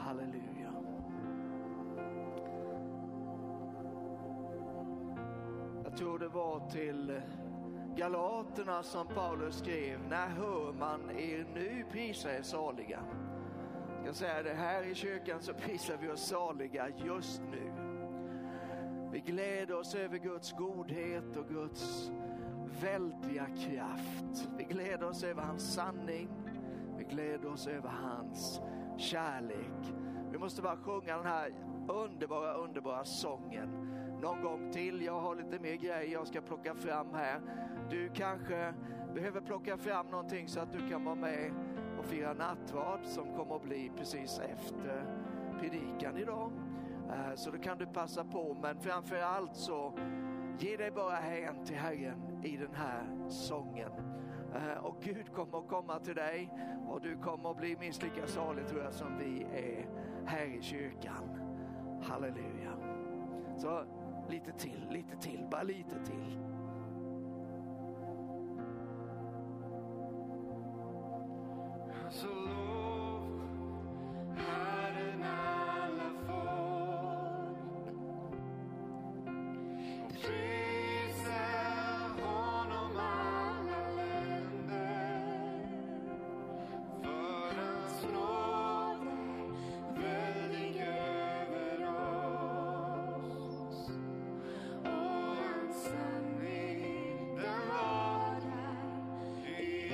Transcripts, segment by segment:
Halleluja. Jag tror det var till Galaterna som Paulus skrev: när hör man er nu prisa er saliga? Jag ska säga det, här i kyrkan så prisar vi oss saliga just nu. Vi gläder oss över Guds godhet och Guds väldiga kraft. Vi gläder oss över hans sanning. Vi gläder oss över hans kärlek. Vi måste bara sjunga den här underbara sången någon gång till. Jag har lite mer grejer jag ska plocka fram här. Du kanske behöver plocka fram någonting så att du kan vara med och fira nattvard som kommer att bli precis efter predikan idag. Så då kan du passa på, men framför allt så ge dig bara hän till Herren i den här sången. Och Gud kommer att komma till dig och du kommer att bli minst lika salig, tror jag, som vi är här i kyrkan. Halleluja. Så lite till, bara lite till. Så lov Herren alla folk, prisa honom alla länder, för hans nåd är väldig över oss, och hans sanning den varar i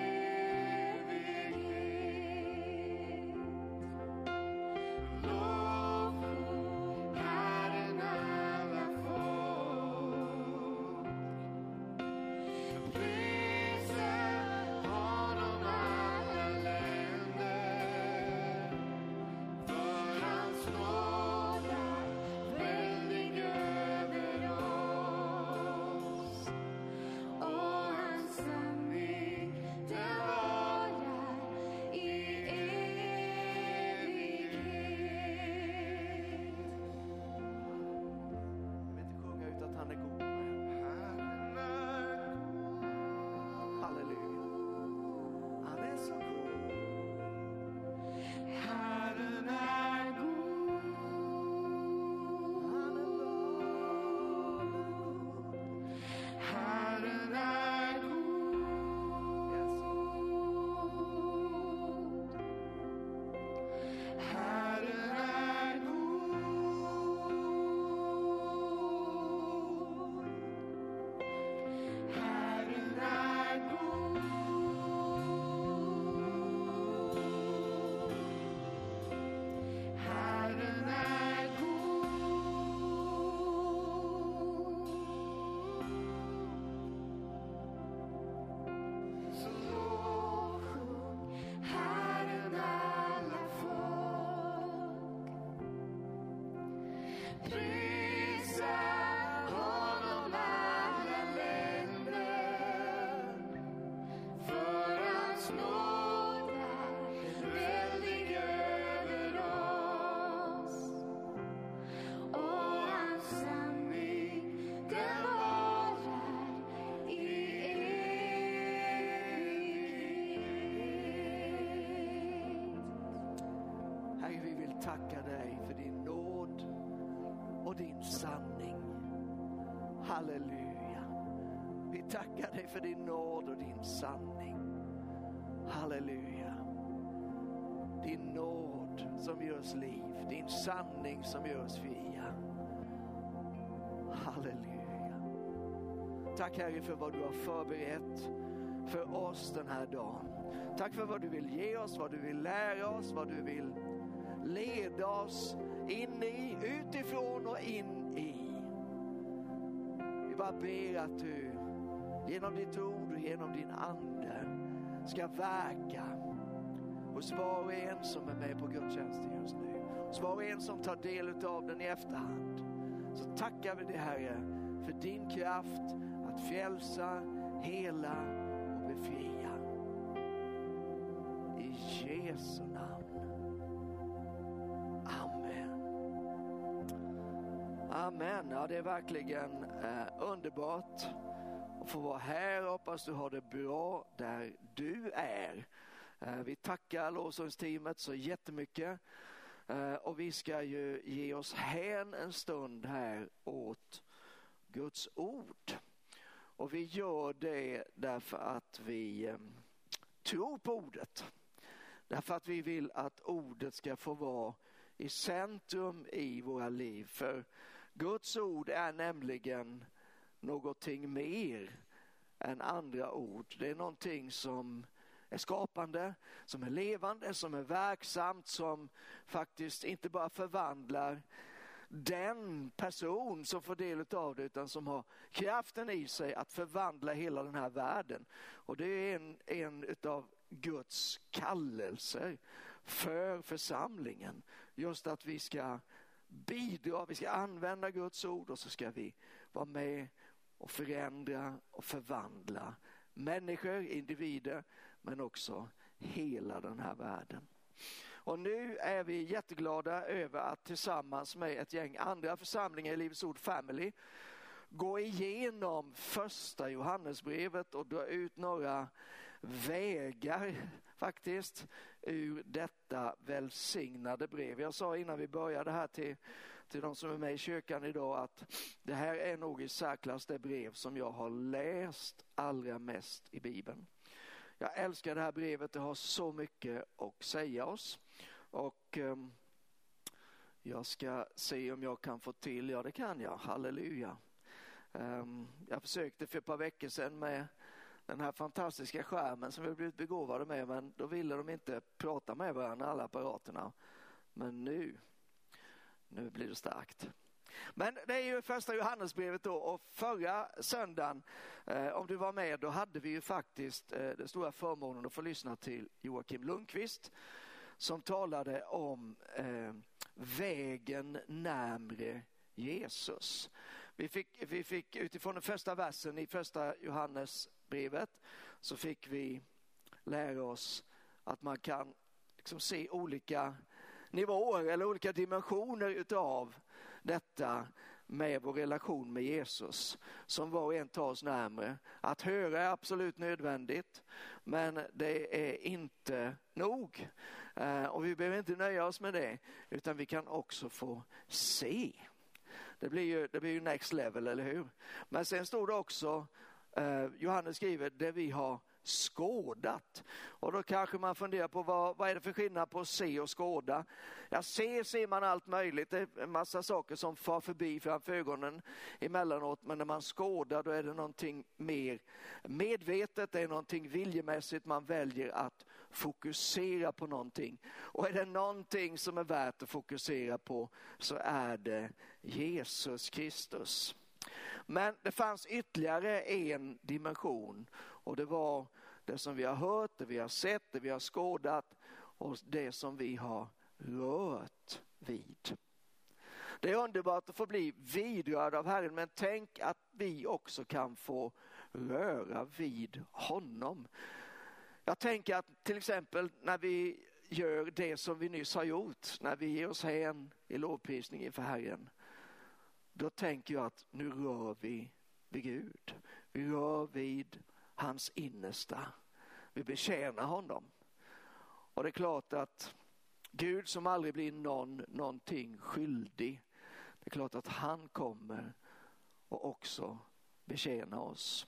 Halleluja. Vi tackar dig för din nåd och din sanning. Halleluja. Din nåd som ger oss liv. Din sanning som gör oss fria. Halleluja. Tack Herre för vad du har förberett för oss den här dagen. Tack för vad du vill ge oss, vad du vill lära oss, vad du vill leda oss in i, utifrån och in i. Vi bara ber att du genom ditt ord och genom din ande ska verka hos var och en som är med på gudstjänsten just nu. Hos var och en som tar del av den i efterhand. Så tackar vi dig Herre för din kraft att frälsa, hela och befria. I Jesu namn. Amen. Ja, det är verkligen underbart att få vara här. Hoppas du har det bra där du är. Vi tackar lovsångsteamet så jättemycket Och vi ska ju ge oss hän en stund här åt Guds ord. Och vi gör det därför att vi tror på ordet. Därför att vi vill att ordet ska få vara i centrum i våra liv. För Guds ord är nämligen någonting mer än andra ord. Det är någonting som är skapande, som är levande, som är verksamt, som faktiskt inte bara förvandlar den person som får del av det, utan som har kraften i sig att förvandla hela den här världen. Och det är en av Guds kallelser för församlingen. Just att vi ska bidra, vi ska använda Guds ord och så ska vi vara med och förändra och förvandla människor, individer, men också hela den här världen. Och nu är vi jätteglada över att tillsammans med ett gäng andra församlingar i Livets Ord Family gå igenom första Johannesbrevet och dra ut några vägar faktiskt ur detta välsignade brev. Jag sa innan vi började här till de som är med i kyrkan idag att det här är nog i särklass det brev som jag har läst allra mest i Bibeln. Jag älskar det här brevet, det har så mycket att säga oss. Och jag ska se om jag kan få till, ja det kan jag, halleluja. Jag försökte för ett par veckor sedan med den här fantastiska skärmen som vi blivit begåvade med, men då ville de inte prata med varandra, alla apparaterna. Men nu blir det starkt. Men det är ju första Johannesbrevet då, och förra söndagen, om du var med, då hade vi ju faktiskt den stora förmånen att få lyssna till Joakim Lundqvist som talade om vägen närmre Jesus. Vi fick utifrån den första versen i första Johannesbrevet så fick vi lära oss att man kan liksom se olika nivåer eller olika dimensioner utav detta med vår relation med Jesus som var och en tar oss närmare. Att höra är absolut nödvändigt, men det är inte nog. Och vi behöver inte nöja oss med det, utan vi kan också få se. Det blir ju next level, eller hur? Men sen stod det också, Johannes skriver, det vi har skådat. Och då kanske man funderar på vad är det för skillnad på se och skåda? Ja, ser man allt möjligt. Det är en massa saker som far förbi framför ögonen emellanåt. Men när man skådar, då är det någonting mer medvetet. Det är någonting viljemässigt. Man väljer att fokusera på någonting. Och är det någonting som är värt att fokusera på, så är det Jesus Kristus. Men det fanns ytterligare en dimension, och det var det som vi har hört, det vi har sett, det vi har skådat och det som vi har rört vid. Det är underbart att få bli vidrörd av Herren, men tänk att vi också kan få röra vid honom. Jag tänker att till exempel när vi gör det som vi nyss har gjort, när vi ger oss hän i lovprisning inför Herren, då tänker jag att nu rör vi vid Gud. Vi rör vid hans innersta. Vi betjänar honom. Och det är klart att Gud som aldrig blir någonting skyldig, det är klart att han kommer och också betjäna oss.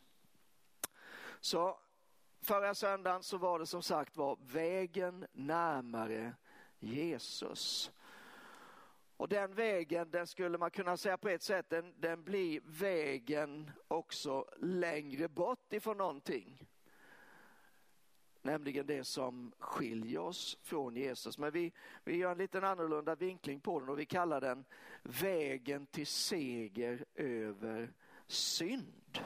Så förra söndagen så var det som sagt vägen närmare Jesus. Och den vägen, den skulle man kunna säga på ett sätt, den blir vägen också längre bort ifrån någonting. Nämligen det som skiljer oss från Jesus. Men vi gör en liten annorlunda vinkling på den och vi kallar den vägen till seger över synd.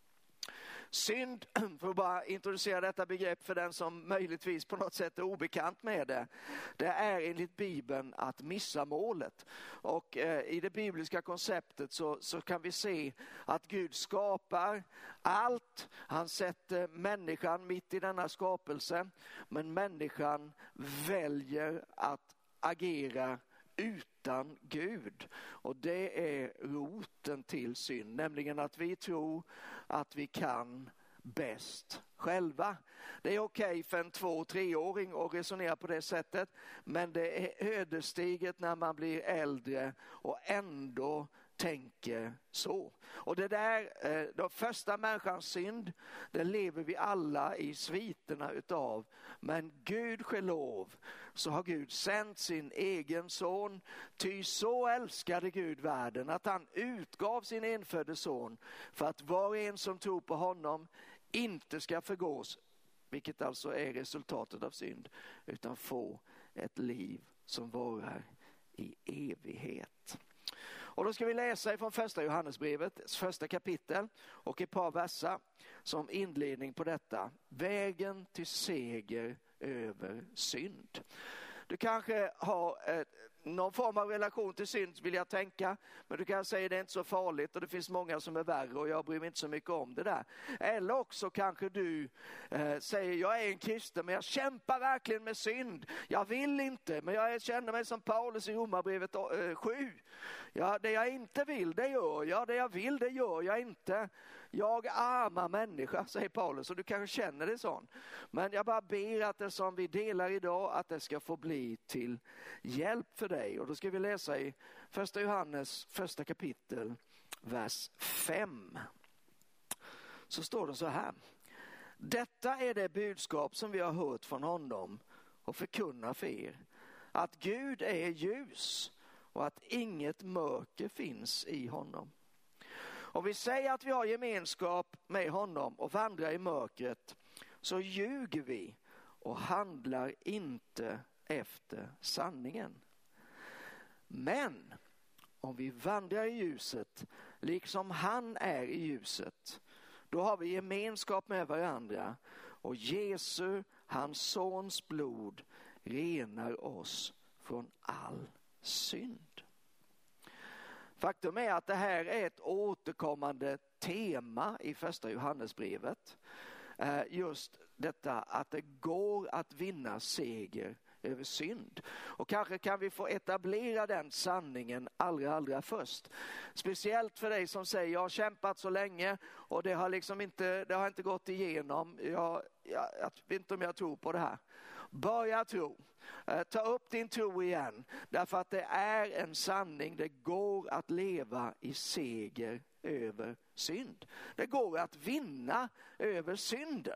Synd, för att bara introducera detta begrepp för den som möjligtvis på något sätt är obekant med det. Det är enligt Bibeln att missa målet. Och i det bibliska konceptet så kan vi se att Gud skapar allt. Han sätter människan mitt i denna skapelse. Men människan väljer att agera utan Gud. Och det är roten till synd. Nämligen att vi tror att vi kan bäst själva. Det är okej för en 2-3-åring att resonera på det sättet, men det är ödesdigert när man blir äldre och ändå tänker så. Och det där, den första människans synd, det lever vi alla i sviterna utav. Men Gud själv, så har Gud sänt sin egen son. Ty så älskade Gud världen att han utgav sin enfödde son för att var och en som tror på honom inte ska förgås, vilket alltså är resultatet av synd, utan få ett liv som varar i evighet. Och då ska vi läsa ifrån första Johannesbrevet, första kapitel och ett par verser som inledning på detta. Vägen till seger över synd. Du kanske har någon form av relation till synd, vill jag tänka, men du kan säga det är inte så farligt och det finns många som är värre och jag bryr mig inte så mycket om det där. Eller också kanske du säger jag är en kristen men jag kämpar verkligen med synd. Jag vill inte, men jag känner mig som Paulus i Romarbrevet 7. Ja, det jag inte vill, det gör jag. Det jag vill, det gör jag inte. Jag arma människa, säger Paulus, och du kanske känner det sån. Men jag bara ber att det som vi delar idag, att det ska få bli till hjälp för dig. Och då ska vi läsa i första Johannes första kapitel, vers 5. Så står det så här. Detta är det budskap som vi har hört från honom och förkunnar för er. Att Gud är ljus och att inget mörker finns i honom. Om vi säger att vi har gemenskap med honom och vandrar i mörkret, så ljuger vi och handlar inte efter sanningen. Men om vi vandrar i ljuset, liksom han är i ljuset, då har vi gemenskap med varandra och Jesu, hans sons blod, renar oss från all synd. Faktum är att det här är ett återkommande tema i första Johannesbrevet. Just detta att det går att vinna seger över synd. Och kanske kan vi få etablera den sanningen allra först. Speciellt för dig som säger jag har kämpat så länge och det har inte gått igenom. Jag vet inte om jag tror på det här. Börja tro. Ta upp din tro igen. Därför att det är en sanning. Det går att leva i seger över synd. Det går att vinna över synden.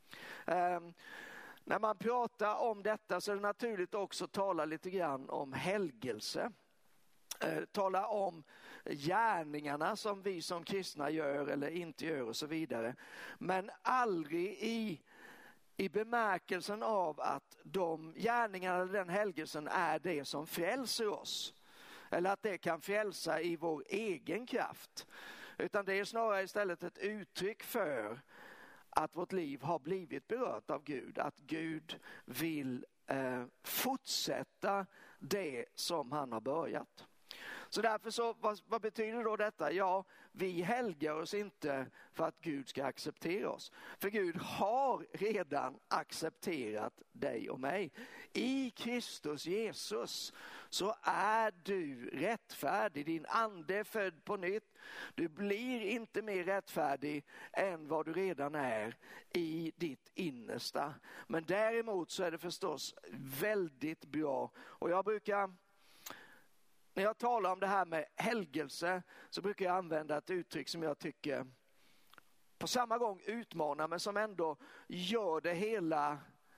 När man pratar om detta så är det naturligt också att tala lite grann om helgelse. Tala om gärningarna som vi som kristna gör eller inte gör och så vidare. Men aldrig i bemärkelsen av att de gärningarna eller den helgelsen är det som frälser oss. Eller att det kan frälsa i vår egen kraft. Utan det är snarare istället ett uttryck för att vårt liv har blivit berört av Gud. Att Gud vill fortsätta det som han har börjat. Så därför så, vad betyder då detta? Ja, vi helgar oss inte för att Gud ska acceptera oss. För Gud har redan accepterat dig och mig. I Kristus Jesus så är du rättfärdig. Din ande är född på nytt. Du blir inte mer rättfärdig än vad du redan är i ditt innersta. Men däremot så är det förstås väldigt bra. Och jag brukar... När jag talar om det här med helgelse så brukar jag använda ett uttryck som jag tycker på samma gång utmanar men som ändå gör det hela,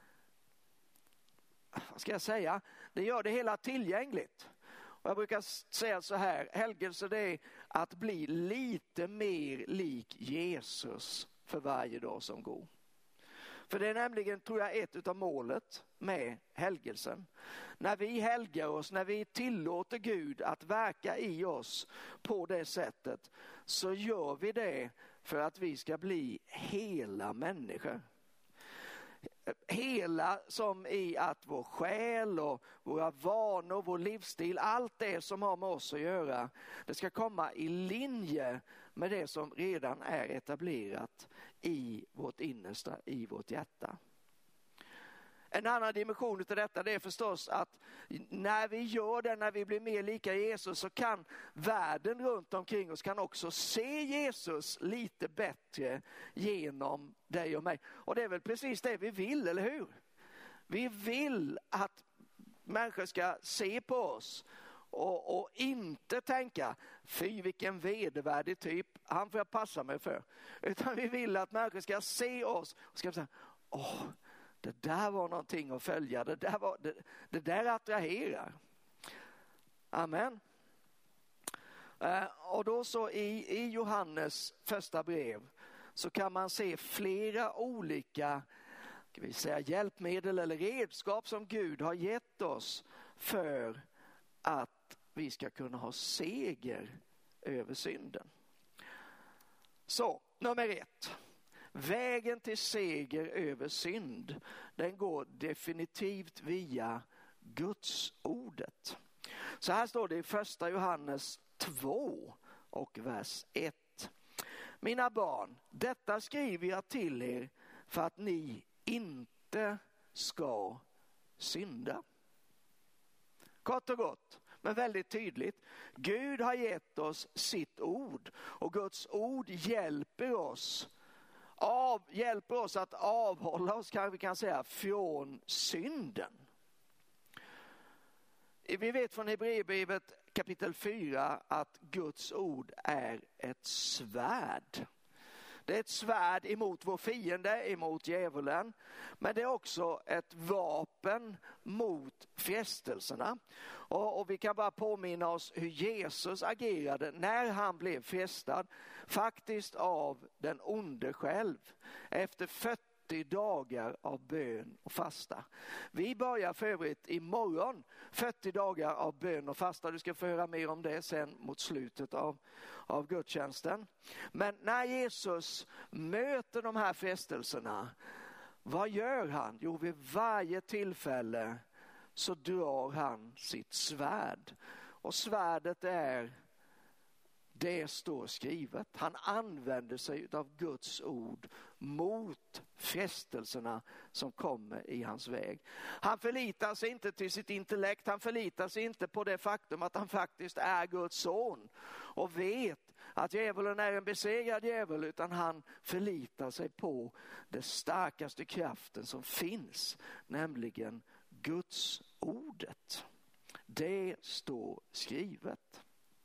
vad ska jag säga, det gör det hela tillgängligt. Och jag brukar säga så här, helgelse det är att bli lite mer lik Jesus för varje dag som går. För det är nämligen, tror jag, ett av målet med helgelsen. När vi helgar oss, när vi tillåter Gud att verka i oss på det sättet, så gör vi det för att vi ska bli hela människor. Hela som i att vår själ och våra vanor, vår livsstil, allt det som har med oss att göra, det ska komma i linje med det som redan är etablerat i vårt innersta, i vårt hjärta. En annan dimension av detta, det är förstås att när vi gör det, när vi blir mer lika Jesus, så kan världen runt omkring oss kan också se Jesus lite bättre genom dig och mig. Och det är väl precis det vi vill, eller hur? Vi vill att människor ska se på oss och inte tänka, fy vilken vedervärdig typ, han får jag passa mig för. Utan vi vill att människor ska se oss och ska säga, det där var någonting att följa, det där attraherar. Amen. Och då så i Johannes första brev så kan man se flera olika, ska vi säga, hjälpmedel eller redskap som Gud har gett oss för att vi ska kunna ha seger över synden. Så, nummer 1. Vägen till seger över synd, den går definitivt via Guds ordet. Så här står det i första Johannes 2 och vers 1. Mina barn, detta skriver jag till er för att ni inte ska synda. Kort och gott, men väldigt tydligt. Gud har gett oss sitt ord och Guds ord hjälper oss att avhålla oss, kan vi kan säga, från synden. Vi vet från Hebreerbrevet kapitel 4 att Guds ord är ett svärd. Det är ett svärd emot vår fiende, emot djävulen. Men det är också ett vapen mot frestelserna. Och vi kan bara påminna oss hur Jesus agerade när han blev frestad. Faktiskt av den onde själv. Efter 40 dagar av bön och fasta. Vi börjar för övrigt imorgon 40 dagar av bön och fasta. Du ska få höra mer om det sen mot slutet av gudstjänsten. Men när Jesus möter de här frestelserna, vad gör han? Jo, vid varje tillfälle så drar han sitt svärd. Och svärdet är, det står skrivet. Han använder sig av Guds ord mot frestelserna som kommer i hans väg. Han förlitar sig inte till sitt intellekt. Han förlitar sig inte på det faktum att han faktiskt är Guds son och vet att djävulen är en besegrad djävul, utan han förlitar sig på den starkaste kraften som finns, nämligen Guds ordet. Det står skrivet.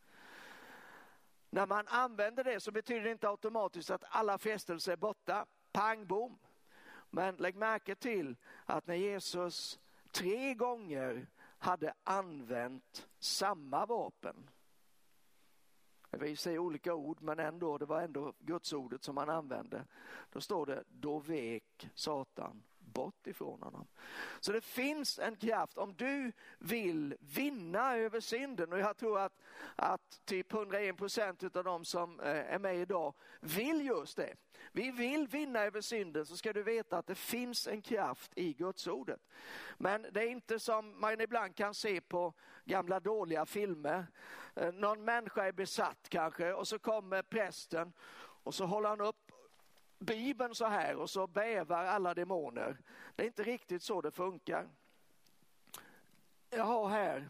När man använder det så betyder det inte automatiskt att alla frestelser är borta. Pang, bom. Men lägg märke till att när Jesus 3 gånger hade använt samma vapen. Vi säger olika ord, men ändå, det var ändå Guds ordet som han använde. Då står det, då vek Satan bort ifrån honom. Så det finns en kraft. Om du vill vinna över synden, och jag tror att typ 101% av de som är med idag vill just det. Vi vill vinna över synden, så ska du veta att det finns en kraft i Guds ordet. Men det är inte som man ibland kan se på gamla dåliga filmer. Någon människa är besatt kanske, och så kommer prästen och så håller han upp Bibeln så här och så bävar alla demoner. Det är inte riktigt så det funkar. Jag har här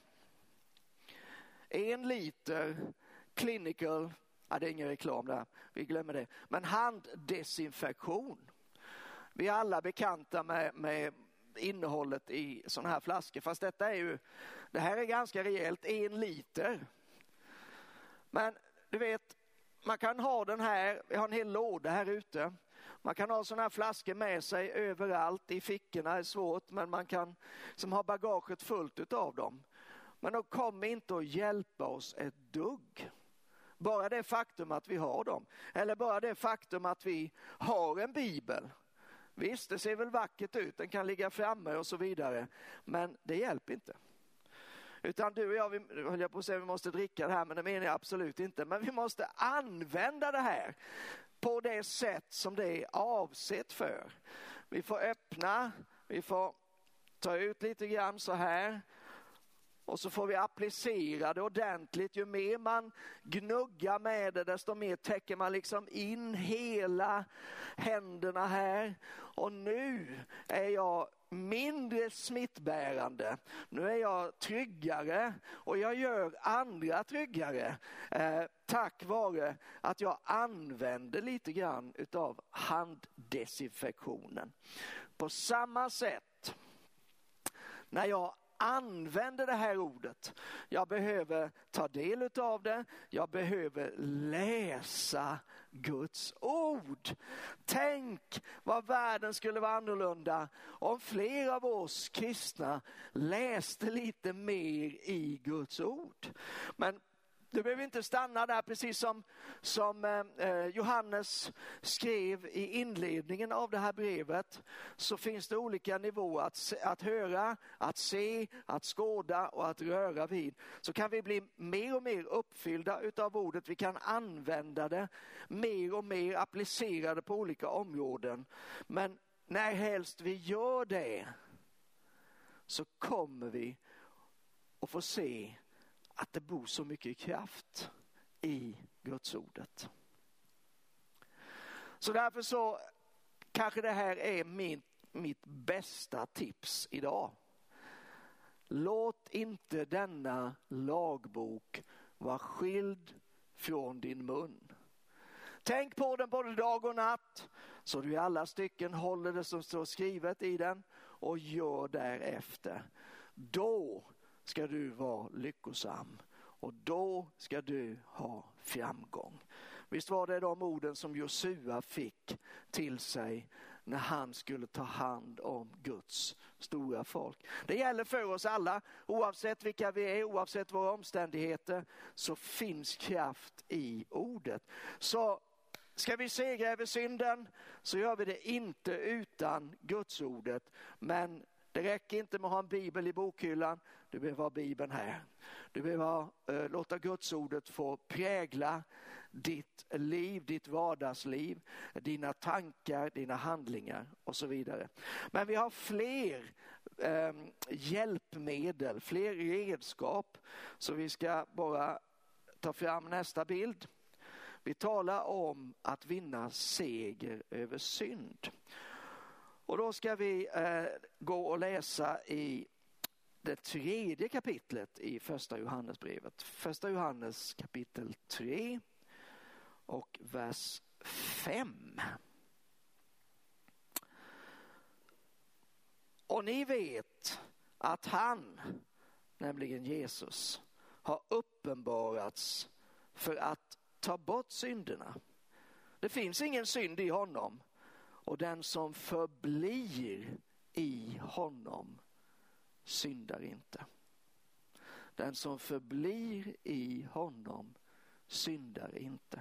1 liter clinical, det är ingen reklam där, vi glömmer det, men handdesinfektion. Vi är alla bekanta med innehållet i sådana här flaskor, fast det här är ganska rejält, 1 liter. Men du vet, man kan ha den här, vi har en hel låda här ute. Man kan ha sådana här flaskor med sig överallt, i fickorna är svårt, men man kan som ha bagaget fullt av dem. Men de kommer inte att hjälpa oss ett dugg. Bara det faktum att vi har dem. Eller bara det faktum att vi har en bibel. Visst, det ser väl vackert ut, den kan ligga framme och så vidare. Men det hjälper inte. Utan du och jag, höll jag på att säga, vi måste dricka det här, men det menar jag absolut inte. Men vi måste använda det här på det sätt som det är avsett för. Vi får öppna, vi får ta ut lite grann så här. Och så får vi applicera det ordentligt. Ju mer man gnuggar med det, desto mer täcker man liksom in hela händerna här. Och nu är jag mindre smittbärande. Nu är jag tryggare och jag gör andra tryggare tack vare att jag använder lite grann utav handdesinfektionen. På samma sätt, när jag använder det här ordet, jag behöver ta del av det, jag behöver läsa Guds ord. Tänk vad världen skulle vara annorlunda om fler av oss kristna läste lite mer i Guds ord. Men du behöver inte stanna där, precis som Johannes skrev i inledningen av det här brevet, så finns det olika nivåer att höra, att se, att skåda och att röra vid. Så kan vi bli mer och mer uppfyllda utav ordet, vi kan använda det mer och mer, applicerade på olika områden. Men när helst vi gör det så kommer vi att få se att det bor så mycket kraft i Guds ordet. Så därför så kanske det här är mitt bästa tips idag. Låt inte denna lagbok vara skild från din mun. Tänk på den både dag och natt, så du i alla stycken håller det som står skrivet i den och gör därefter. Då ska du vara lyckosam och då ska du ha framgång. Visst var det de orden som Josua fick till sig när han skulle ta hand om Guds stora folk. Det gäller för oss alla, oavsett vilka vi är, oavsett våra omständigheter, så finns kraft i ordet. Så ska vi segra över synden, så gör vi det inte utan Guds ordet. Men det räcker inte med att ha en bibel i bokhyllan. Du behöver ha bibeln här. Du behöver låta Guds ordet få prägla ditt liv, ditt vardagsliv, dina tankar, dina handlingar och så vidare. Men vi har fler hjälpmedel, fler redskap. Så vi ska bara ta fram nästa bild. Vi talar om att vinna seger över synd. Och då ska vi gå och läsa i det 3:e kapitlet i första Johannesbrevet. Första Johannes kapitel 3 och vers 5. Och ni vet att han, nämligen Jesus, har uppenbarats för att ta bort synderna. Det finns ingen synd i honom. Och den som förblir i honom syndar inte. Den som förblir i honom syndar inte.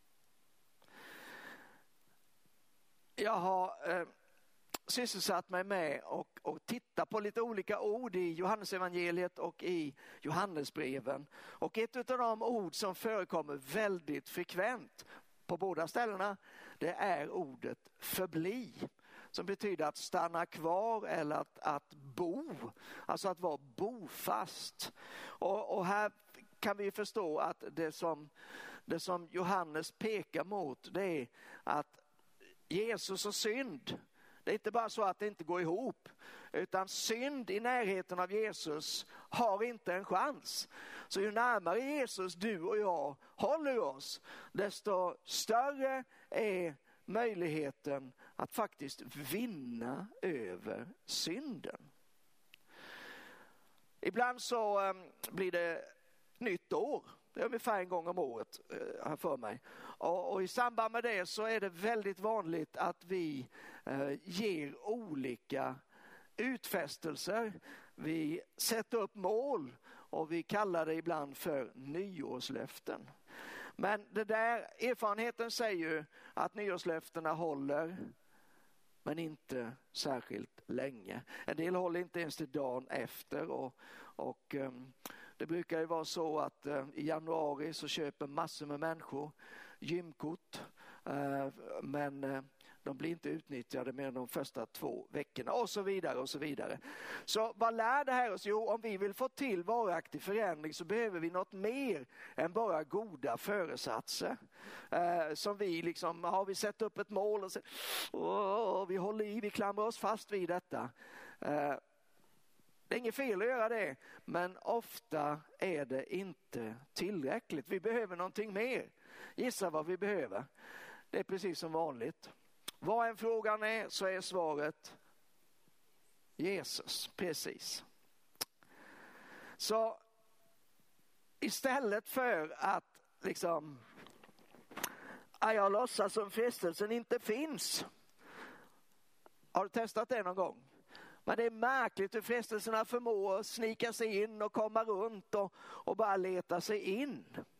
Jag har sysselsatt mig med och titta på lite olika ord i Johannesevangeliet och i Johannesbreven. Och ett av de ord som förekommer väldigt frekvent på båda ställena, det är ordet förbli, som betyder att stanna kvar eller att bo, alltså att vara bofast. Och här kan vi förstå att det som Johannes pekar mot, det är att Jesus och synd, det är inte bara så att det inte går ihop, utan synd i närheten av Jesus har inte en chans. Så ju närmare Jesus du och jag håller oss, desto större är möjligheten att faktiskt vinna över synden. Ibland så blir det nytt år. Det är ungefär en gång om året här för mig. Och i samband med det så är det väldigt vanligt att vi ger olika utfästelser. Vi sätter upp mål och vi kallar det ibland för nyårslöften. Men det där, erfarenheten säger ju att nyårslöftena håller, men inte särskilt länge. En del håller inte ens till dagen efter och det brukar ju vara så att i januari så köper massor med människor gymkort, men de blir inte utnyttjade mer än de första 2 veckorna och så vidare och så vidare. Så vad lär det här oss? Jo, om vi vill få till varaktig förändring så behöver vi något mer än bara goda föresatser. Som vi liksom, har vi sett upp ett mål och vi håller i, vi klamrar oss fast vid detta. Det är inget fel att göra det, men ofta är det inte tillräckligt. Vi behöver någonting mer. Gissa vad vi behöver. Det är precis som vanligt. Vad en frågan är så är svaret Jesus. Precis. Så istället för att liksom jag låtsas som frestelsen inte finns. Har du testat det någon gång? Men det är märkligt hur frestelserna förmår snika sig in och komma runt och bara leta sig in.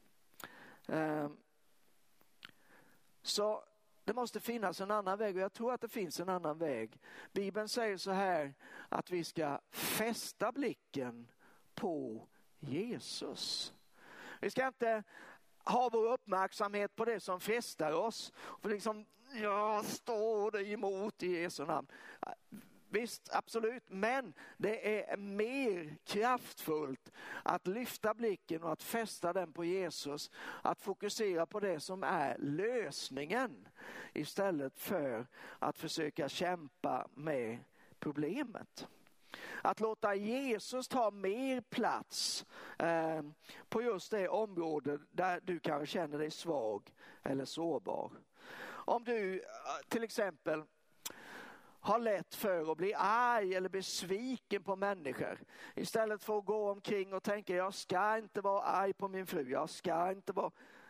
Så det måste finnas en annan väg, och jag tror att det finns en annan väg. Bibeln säger så här att vi ska fästa blicken på Jesus. Vi ska inte ha vår uppmärksamhet på det som frestar oss. För liksom, jag står dig emot i Jesu namn. Visst, absolut, men det är mer kraftfullt att lyfta blicken och att fästa den på Jesus. Att fokusera på det som är lösningen istället för att försöka kämpa med problemet. Att låta Jesus ta mer plats på just det område där du kanske känner dig svag eller sårbar. Om du till exempel har lätt för att bli arg eller besviken på människor. Istället för att gå omkring och tänka jag ska inte vara arg på min fru. Jag ska inte vara...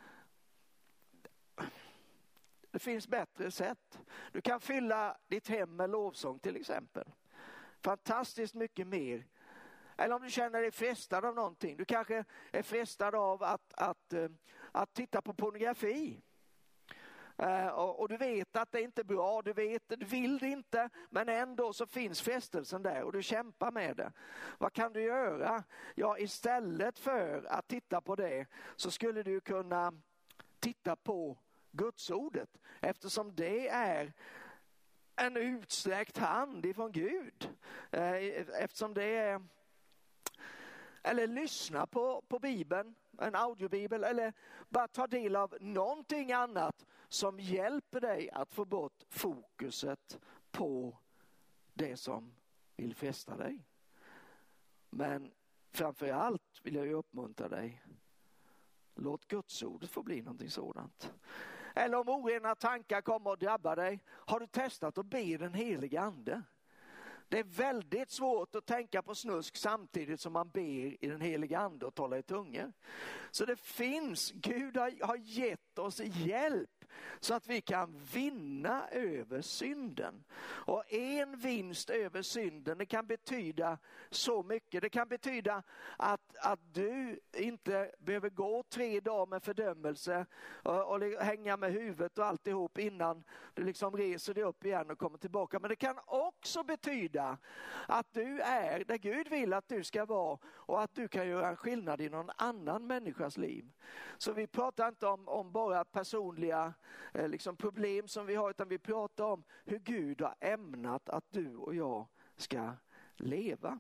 Det finns bättre sätt. Du kan fylla ditt hem med lovsång till exempel. Fantastiskt mycket mer. Eller om du känner dig frestad av någonting. Du kanske är frestad av att titta på pornografi. Och du vet att det inte är bra, du vill det inte, men ändå så finns frestelsen där och du kämpar med det. Vad kan du göra? Ja, istället för att titta på det så skulle du kunna titta på Gudsordet, eftersom det är en utsträckt hand ifrån Gud. Eftersom det är... Eller lyssna på Bibeln, en audiobibel, eller bara ta del av någonting annat som hjälper dig att få bort fokuset på det som vill fästa dig. Men framför allt vill jag ju uppmuntra dig. Låt Gudsordet få bli någonting sådant. Eller om orena tankar kommer att drabba dig, har du testat att be den heliga ande? Det är väldigt svårt att tänka på snusk samtidigt som man ber i den heliga ande och talar i tungor. Så det finns, Gud har gett oss hjälp så att vi kan vinna över synden. Och en vinst över synden, det kan betyda så mycket. Det kan betyda att du inte behöver gå 3 dagar med fördömelse och hänga med huvudet och alltihop innan du liksom reser dig upp igen och kommer tillbaka. Men det kan också betyda att du är där Gud vill att du ska vara och att du kan göra en skillnad i någon annan människas liv. Så vi pratar inte om bara personliga liksom problem som vi har, utan vi pratar om hur Gud har ämnat att du och jag ska leva.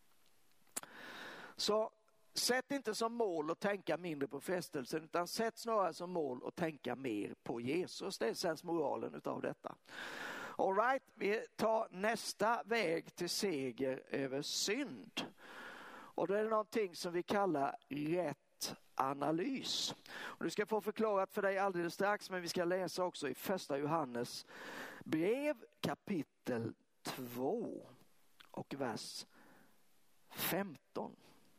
Så sätt inte som mål att tänka mindre på frestelsen, utan sätt snarare som mål att tänka mer på Jesus. Det är sensmoralen utav detta. All right, vi tar nästa väg till seger över synd. Och det är någonting som vi kallar rätt analys. Och du ska få förklarat för dig alldeles strax, men vi ska läsa också i första Johannes brev kapitel 2 och vers 15.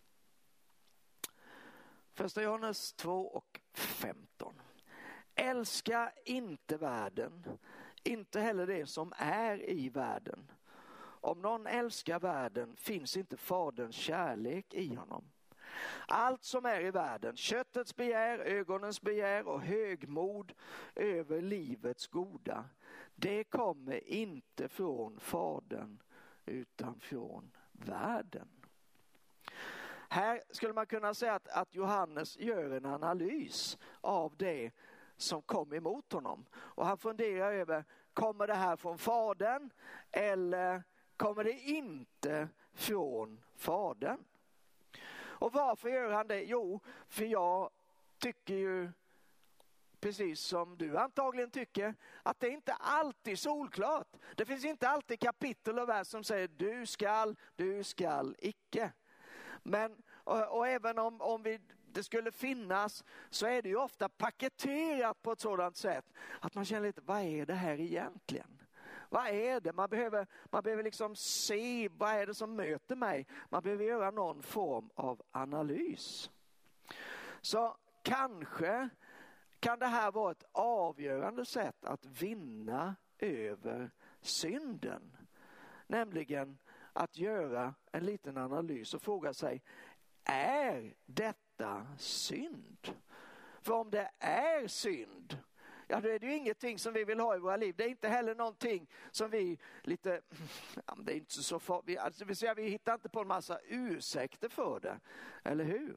Första Johannes 2 och 15. Älska inte världen, inte heller det som är i världen. Om någon älskar världen finns inte faderns kärlek i honom. Allt som är i världen, köttets begär, ögonens begär och högmod över livets goda, det kommer inte från fadern utan från världen. Här skulle man kunna säga att Johannes gör en analys av det som kom emot honom. Och han funderar över, kommer det här från fadern eller kommer det inte från fadern? Och varför gör han det? Jo, för jag tycker ju precis som du antagligen tycker, att det inte alltid är solklart. Det finns inte alltid kapitel och vers som säger du skall icke. Men, och även om det skulle finnas, så är det ju ofta paketerat på ett sådant sätt att man känner lite, vad är det här egentligen? Vad är det? Man behöver liksom se, vad är det som möter mig? Man behöver göra någon form av analys. Så kanske kan det här vara ett avgörande sätt att vinna över synden. Nämligen att göra en liten analys och fråga sig, är detta synd? För om det är synd, ja, då är det ju ingenting som vi vill ha i våra liv. Det är inte heller någonting som vi lite, ja, det är inte så farligt. Alltså, vi hittar inte på en massa ursäkter för det, eller hur?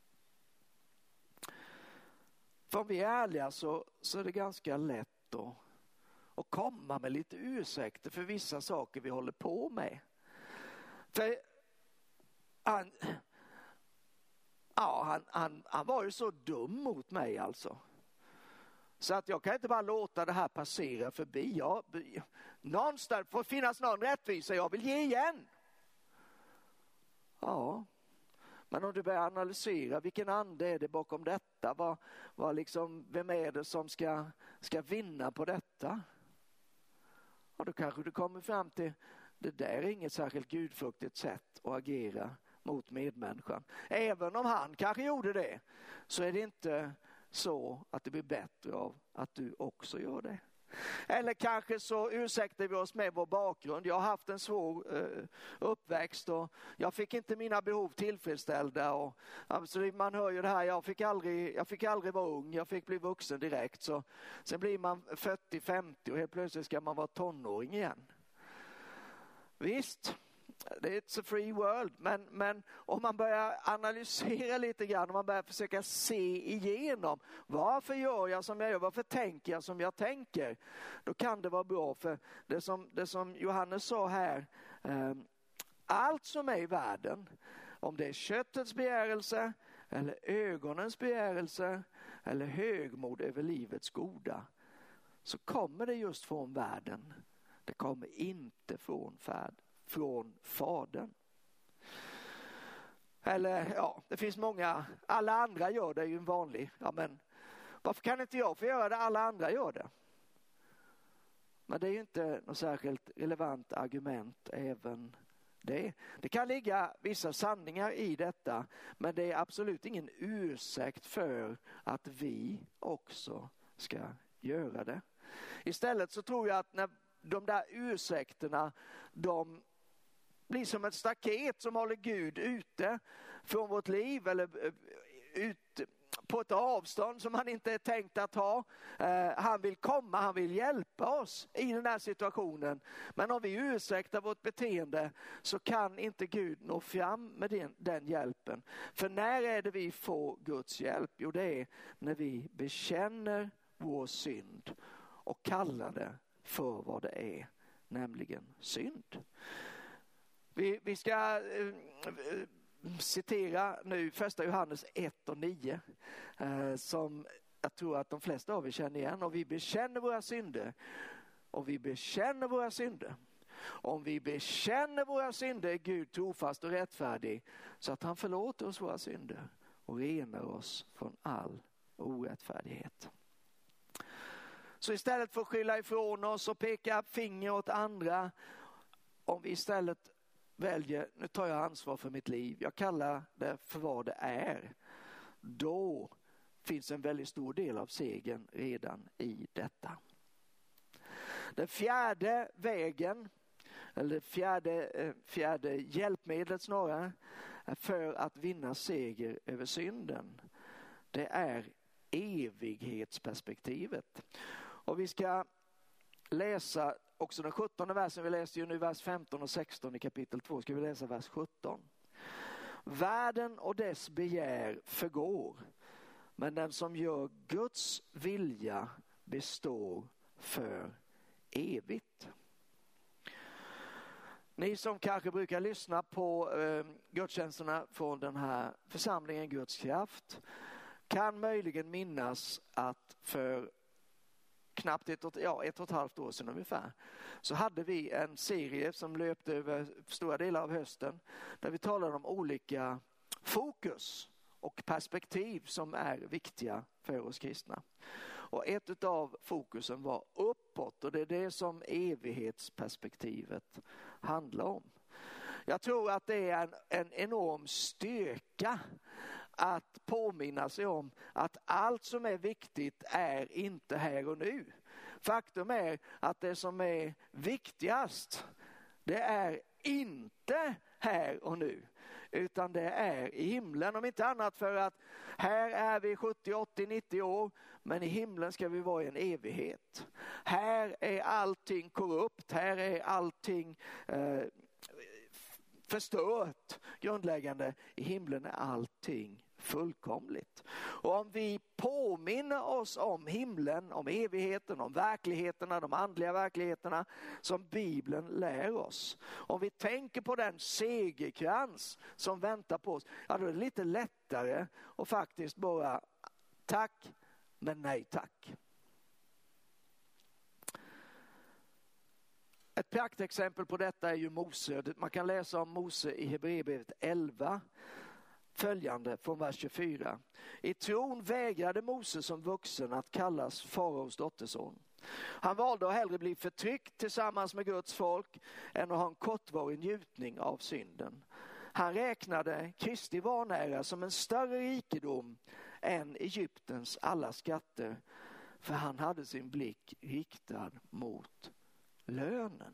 För om vi är ärliga så är det ganska lätt att komma med lite ursäkter för vissa saker vi håller på med. För han var ju så dum mot mig alltså. Så att jag kan inte bara låta det här passera förbi. Någonstans får finnas någon rättvisa, jag vill ge igen. Ja, men om du börjar analysera, vilken ande är det bakom detta? Vem är det som ska vinna på detta? Och då kanske du kommer fram till, det där är inget särskilt gudfruktigt sätt att agera mot medmänniskan. Även om han kanske gjorde det, så är det inte så att det blir bättre av att du också gör det. Eller kanske så ursäktar vi oss med vår bakgrund. Jag har haft en svår uppväxt och jag fick inte mina behov tillfredsställda. Och, alltså, man hör ju det här, jag fick aldrig vara ung, jag fick bli vuxen direkt. Så, sen blir man 40-50 och helt plötsligt ska man vara tonåring igen. Visst, it's a free world, men om man börjar analysera lite grann, om man börjar försöka se igenom, varför gör jag som jag gör, varför tänker jag som jag tänker, då kan det vara bra. För det som Johannes sa här, allt som är i världen, om det är köttets begärelse eller ögonens begärelse eller högmod över livets goda, så kommer det just från världen. Det kommer inte från Fadern. Eller ja, det finns många, alla andra gör det, är ju en vanlig. Ja, men varför kan inte jag få göra det? Alla andra gör det. Men det är ju inte något särskilt relevant argument även det. Det kan ligga vissa sanningar i detta, men det är absolut ingen ursäkt för att vi också ska göra det. Istället så tror jag att när de där ursäkterna, de blir som ett staket som håller Gud ute från vårt liv, eller ut på ett avstånd som han inte är tänkt att ha. Han vill komma, han vill hjälpa oss i den här situationen. Men om vi ursäktar vårt beteende så kan inte Gud nå fram med den hjälpen. För när är det vi får Guds hjälp? Jo, det är när vi bekänner vår synd och kallar det för vad det är, nämligen synd. Vi ska citera nu 1 Johannes 1 och 9 som jag tror att de flesta av er känner igen. Och vi bekänner våra synder. Och vi bekänner våra synder. Om vi bekänner våra synder är Gud trofast och rättfärdig, så att han förlåter oss våra synder och renar oss från all orättfärdighet. Så istället för att skylla ifrån oss och peka finger åt andra, om vi istället väljer, nu tar jag ansvar för mitt liv, jag kallar det för vad det är, då finns en väldigt stor del av segern redan i detta. Den fjärde vägen, eller fjärde hjälpmedlet snarare, för att vinna seger över synden, det är evighetsperspektivet. Och vi ska läsa också den 17:e versen. Vi läste ju nu vers 15 och 16 i kapitel 2. Ska vi läsa vers 17. Världen och dess begär förgår, men den som gör Guds vilja består för evigt. Ni som kanske brukar lyssna på gudstjänsterna från den här församlingen Guds kraft kan möjligen minnas att för knappt ett och ett halvt år sedan ungefär, så hade vi en serie som löpte över stora delar av hösten där vi talade om olika fokus och perspektiv som är viktiga för oss kristna. Och ett av fokusen var uppåt, och det är det som evighetsperspektivet handlar om. Jag tror att det är en enorm styrka att påminna sig om att allt som är viktigt är inte här och nu. Faktum är att det som är viktigast, det är inte här och nu, utan det är i himlen. Om inte annat för att här är vi 70, 80, 90 år, men i himlen ska vi vara i en evighet. Här är allting korrupt, här är allting förstört, grundläggande. I himlen är allting fullkomligt. Och om vi påminner oss om himlen, om evigheten, om verkligheterna, de andliga verkligheterna som Bibeln lär oss. Om vi tänker på den segerkrans som väntar på oss, ja, då är det lite lättare och faktiskt bara tack, men nej tack. Ett praktexempel på detta är ju Mose. Man kan läsa om Mose i Hebreerbrevet 11. Följande från vers 24. I tron vägrade Mose som vuxen att kallas faraos dotterson. Han valde att hellre bli förtryckt tillsammans med Guds folk än att ha en kortvarig njutning av synden. Han räknade Kristi vanära som en större rikedom än Egyptens alla skatter, för han hade sin blick riktad mot lönen.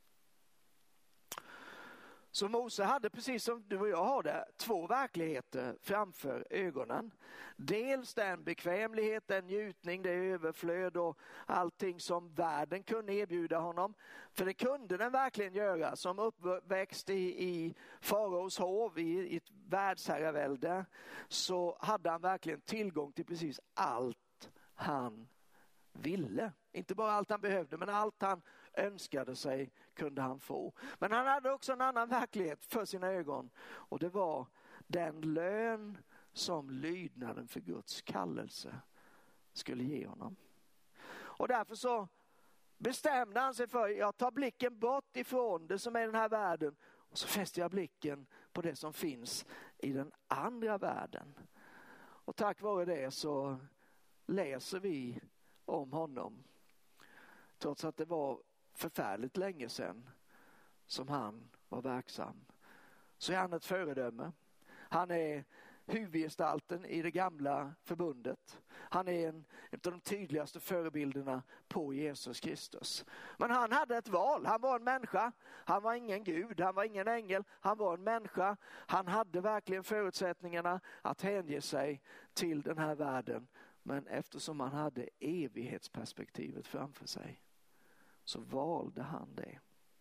Så Mose hade, precis som du och jag har det, två verkligheter framför ögonen. Dels den bekvämlighet, den njutning, det överflöd och allting som världen kunde erbjuda honom. För det kunde den verkligen göra. Som uppväxt i faraos hov, i ett världsherravälde, så hade han verkligen tillgång till precis allt han ville. Inte bara allt han behövde, men allt han önskade sig kunde han få. Men han hade också en annan verklighet för sina ögon, och det var den lön som lydnaden för Guds kallelse skulle ge honom. Och därför så bestämde han sig för, jag tar blicken bort ifrån det som är den här världen, och så fäster jag blicken på det som finns i den andra världen. Och tack vare det så läser vi om honom, trots att det var förfärligt länge sedan som han var verksam. Så är han ett föredöme. Han är huvudgestalten i det gamla förbundet. Han är en av de tydligaste förebilderna på Jesus Kristus. Men han hade ett val. Han var en människa. Han var ingen gud. Han var ingen ängel. Han var en människa. Han hade verkligen förutsättningarna att hänge sig till den här världen. Men eftersom han hade evighetsperspektivet framför sig, så valde han det.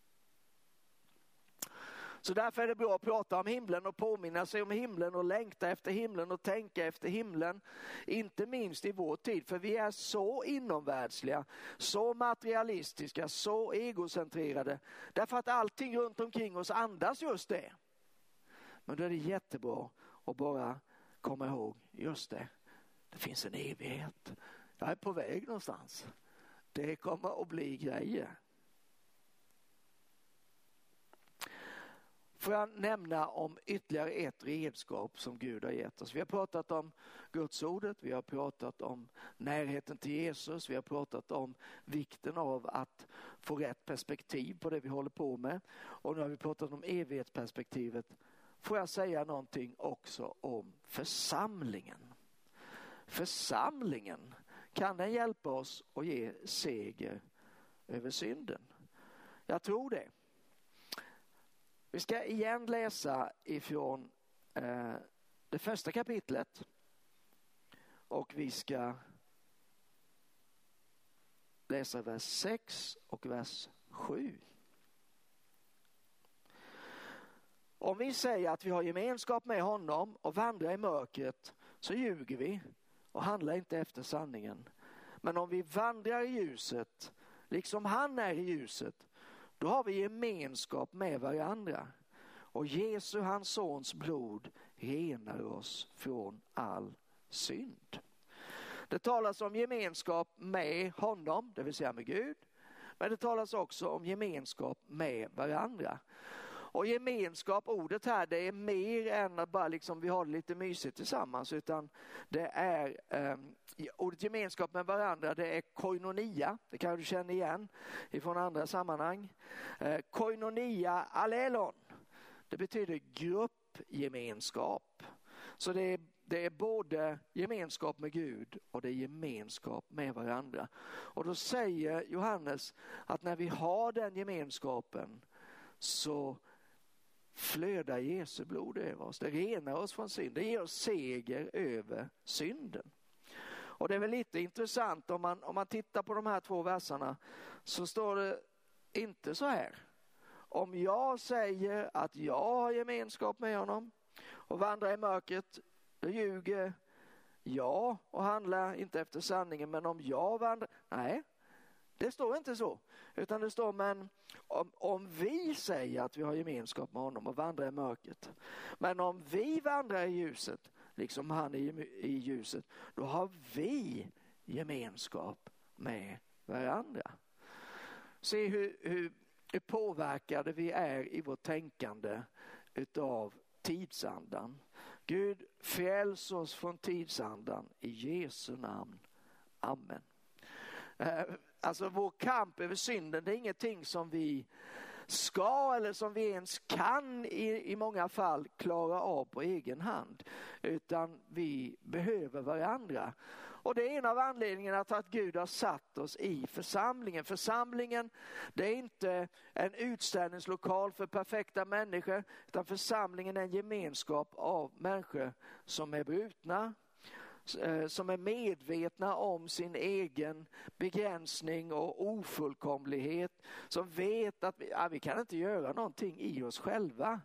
Så därför är det bra att prata om himlen och påminna sig om himlen och längta efter himlen och tänka efter himlen. Inte minst i vår tid, för vi är så inomvärldsliga, så materialistiska, så egocentrerade. Därför att allting runt omkring oss andas just det. Men då är det jättebra att bara komma ihåg just det. Det finns en evighet. Jag är på väg någonstans. Det kommer att bli grejer. Får jag nämna om ytterligare ett redskap som Gud har gett oss. Vi har pratat om Guds ordet, vi har pratat om närheten till Jesus, vi har pratat om vikten av att få rätt perspektiv på det vi håller på med. Och nu har vi pratat om evighetsperspektivet. Får jag säga någonting också om församlingen. Församlingen, kan den hjälpa oss att ge seger över synden? Jag tror det. Vi ska igen läsa ifrån det första kapitlet. Och vi ska läsa vers 6 och vers 7. Om vi säger att vi har gemenskap med honom och vandrar i mörkret, så ljuger vi och handlar inte efter sanningen. Men om vi vandrar i ljuset, liksom han är i ljuset, då har vi gemenskap med varandra. Och Jesu, hans sons blod, renar oss från all synd. Det talas om gemenskap med honom, det vill säga med Gud. Men det talas också om gemenskap med varandra. Och gemenskap, ordet här, det är mer än att bara liksom vi har det lite mysigt tillsammans. Utan det är, ordet gemenskap med varandra, det är koinonia. Det kan du känna igen ifrån andra sammanhang. Koinonia allelon. Det betyder gruppgemenskap. Så det är både gemenskap med Gud och det är gemenskap med varandra. Och då säger Johannes att när vi har den gemenskapen så flödar Jesu blod över oss. Det renar oss från synd. Det ger oss seger över synden. Och det är väl lite intressant om man tittar på de här två verserna, så står det inte så här. Om jag säger att jag har gemenskap med honom och vandrar i mörkret, då ljuger jag och handlar inte efter sanningen. Men om jag vandrar... Nej, det står inte så. Utan det står, men om vi säger att vi har gemenskap med honom och vandrar i mörkret. Men om vi vandrar i ljuset, liksom han är i ljuset, då har vi gemenskap med varandra. Se hur påverkade vi är i vårt tänkande utav tidsandan. Gud, fräls oss från tidsandan i Jesu namn. Amen. Alltså vår kamp över synden, det är ingenting som vi ska eller som vi ens kan i många fall klara av på egen hand. Utan vi behöver varandra. Och det är en av anledningarna till att Gud har satt oss i församlingen. Församlingen, det är inte en utställningslokal för perfekta människor, utan församlingen är en gemenskap av människor som är brutna, som är medvetna om sin egen begränsning och ofullkomlighet, som vet att vi kan inte göra någonting i oss själva.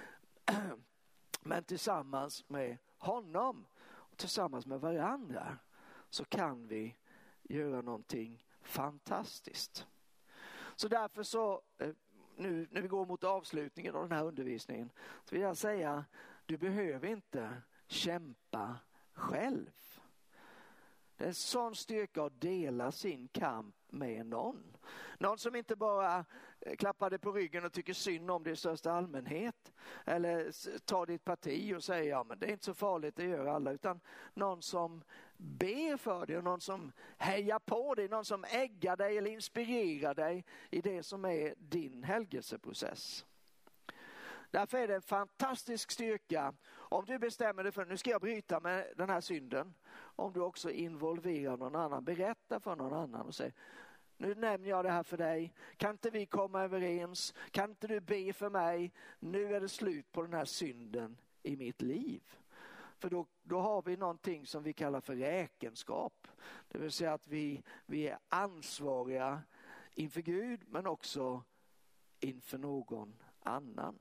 Men tillsammans med honom och tillsammans med varandra så kan vi göra någonting fantastiskt. Så därför så, nu när vi går mot avslutningen av den här undervisningen, så vill jag säga, du behöver inte kämpa själv. Det är en sån styrka att dela sin kamp med någon. Någon som inte bara klappar dig på ryggen och tycker synd om det i största allmänhet. Eller tar ditt parti och säger, ja men det är inte så farligt, det gör alla. Utan någon som ber för dig och någon som hejar på dig. Någon som äggar dig eller inspirerar dig i det som är din helgelseprocess. Därför är det en fantastisk styrka om du bestämmer dig för nu ska jag bryta med den här synden. Om du också involverar någon annan, berättar för någon annan och säger, nu nämner jag det här för dig. Kan inte vi komma överens? Kan inte du be för mig? Nu är det slut på den här synden i mitt liv. För då har vi någonting som vi kallar för räkenskap. Det vill säga att vi är ansvariga inför Gud men också inför någon annan.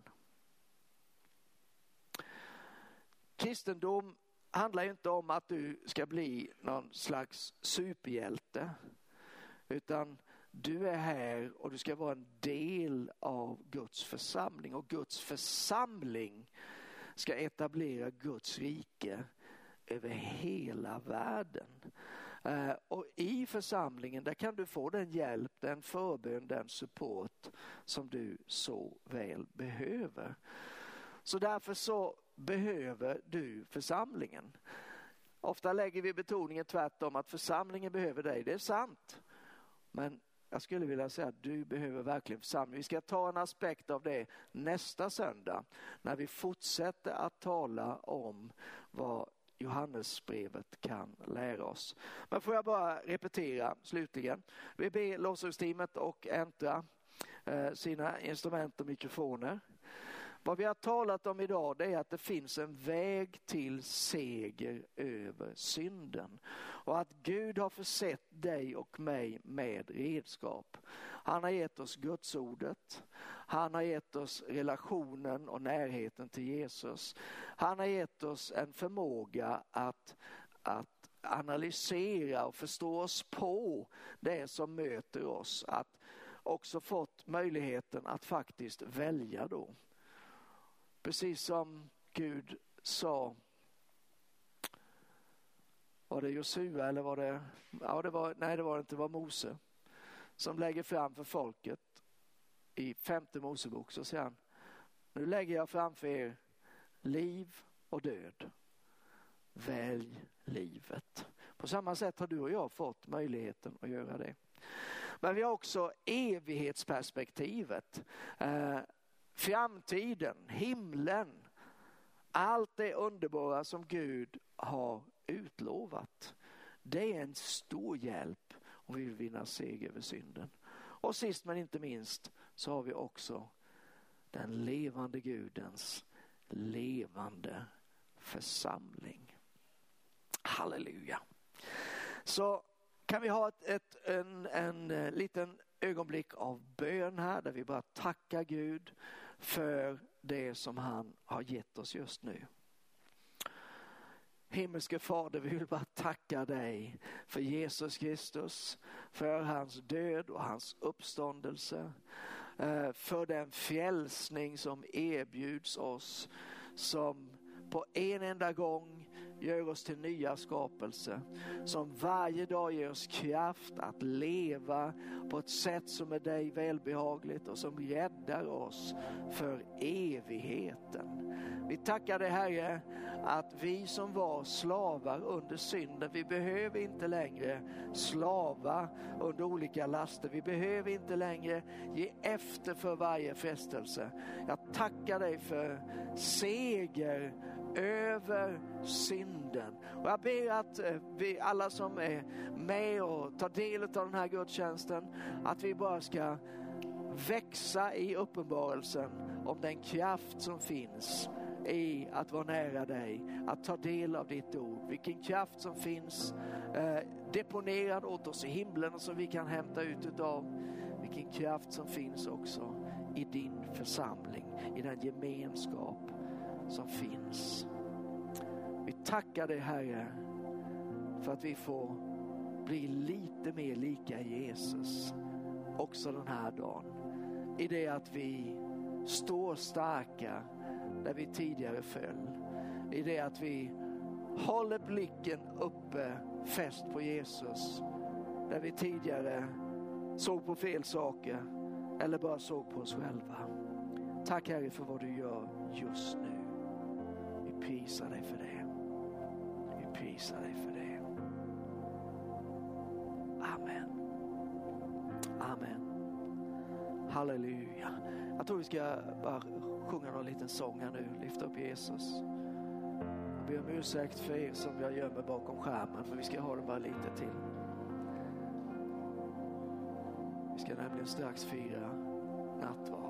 Kristendom handlar ju inte om att du ska bli någon slags superhjälte. Utan du är här och du ska vara en del av Guds församling. Och Guds församling ska etablera Guds rike över hela världen. Och i församlingen där kan du få den hjälp, den förbön, den support som du så väl behöver. Så därför så behöver du församlingen. Ofta lägger vi betoningen tvärtom att församlingen behöver dig. Det är sant. Men jag skulle vilja säga att du behöver verkligen församling. Vi ska ta en aspekt av det nästa söndag när vi fortsätter att tala om vad Johannesbrevet kan lära oss. Men får jag bara repetera slutligen. Vi ber lovsångsteamet och äntra sina instrument och mikrofoner. Vad vi har talat om idag det är att det finns en väg till seger över synden. Och att Gud har försett dig och mig med redskap. Han har gett oss Guds ordet. Han har gett oss relationen och närheten till Jesus. Han har gett oss en förmåga att analysera och förstå oss på det som möter oss. Att också fått möjligheten att faktiskt välja då. Precis som Gud sa var det Josua eller var det, ja det var, nej det var inte, det var Mose som lägger fram för folket i 5:e Mosebok, så säger han: nu lägger jag framför er liv och död. Välj livet. På samma sätt har du och jag fått möjligheten att göra det. Men vi har också evighetsperspektivet. Framtiden, himlen, allt det underbara som Gud har utlovat. Det är en stor hjälp om vi vill vinna seger över synden. Och sist men inte minst så har vi också den levande Gudens levande församling. Halleluja. Så kan vi ha en liten ögonblick av bön här där vi bara tackar Gud för det som han har gett oss just nu. Himmelske Fader, vi vill bara tacka dig för Jesus Kristus, för hans död och hans uppståndelse, för den frälsning som erbjuds oss, som på en enda gång gör oss till nya skapelser, som varje dag ger oss kraft att leva på ett sätt som är dig välbehagligt och som räddar oss för evigheten. Vi tackar dig, Herre, att vi som var slavar under synden, vi behöver inte längre slava under olika laster. Vi behöver inte längre ge efter för varje frestelse. Jag tackar dig för seger över synden. Och jag ber att vi alla som är med och tar del av den här gudstjänsten, att vi bara ska växa i uppenbarelsen om den kraft som finns i att vara nära dig, att ta del av ditt ord. Vilken kraft som finns deponerad åt oss i himlen och som vi kan hämta ut utav. Vilken kraft som finns också i din församling, i den gemenskap som finns. Vi tackar dig, Herre, för att vi får bli lite mer lika Jesus också den här dagen. I det att vi står starka där vi tidigare föll. I det att vi håller blicken uppe fäst på Jesus där vi tidigare såg på fel saker eller bara såg på oss själva. Tack, Herre, för vad du gör just nu. Vi prisar dig för det. Vi prisar dig för det. Amen. Amen. Halleluja. Jag tror vi ska bara sjunga någon liten sång här nu. Lyfta upp Jesus. Jag ber om ursäkt för er som jag gömmer bakom skärmen, för vi ska ha det bara lite till. Vi ska nämligen strax fira nattvard.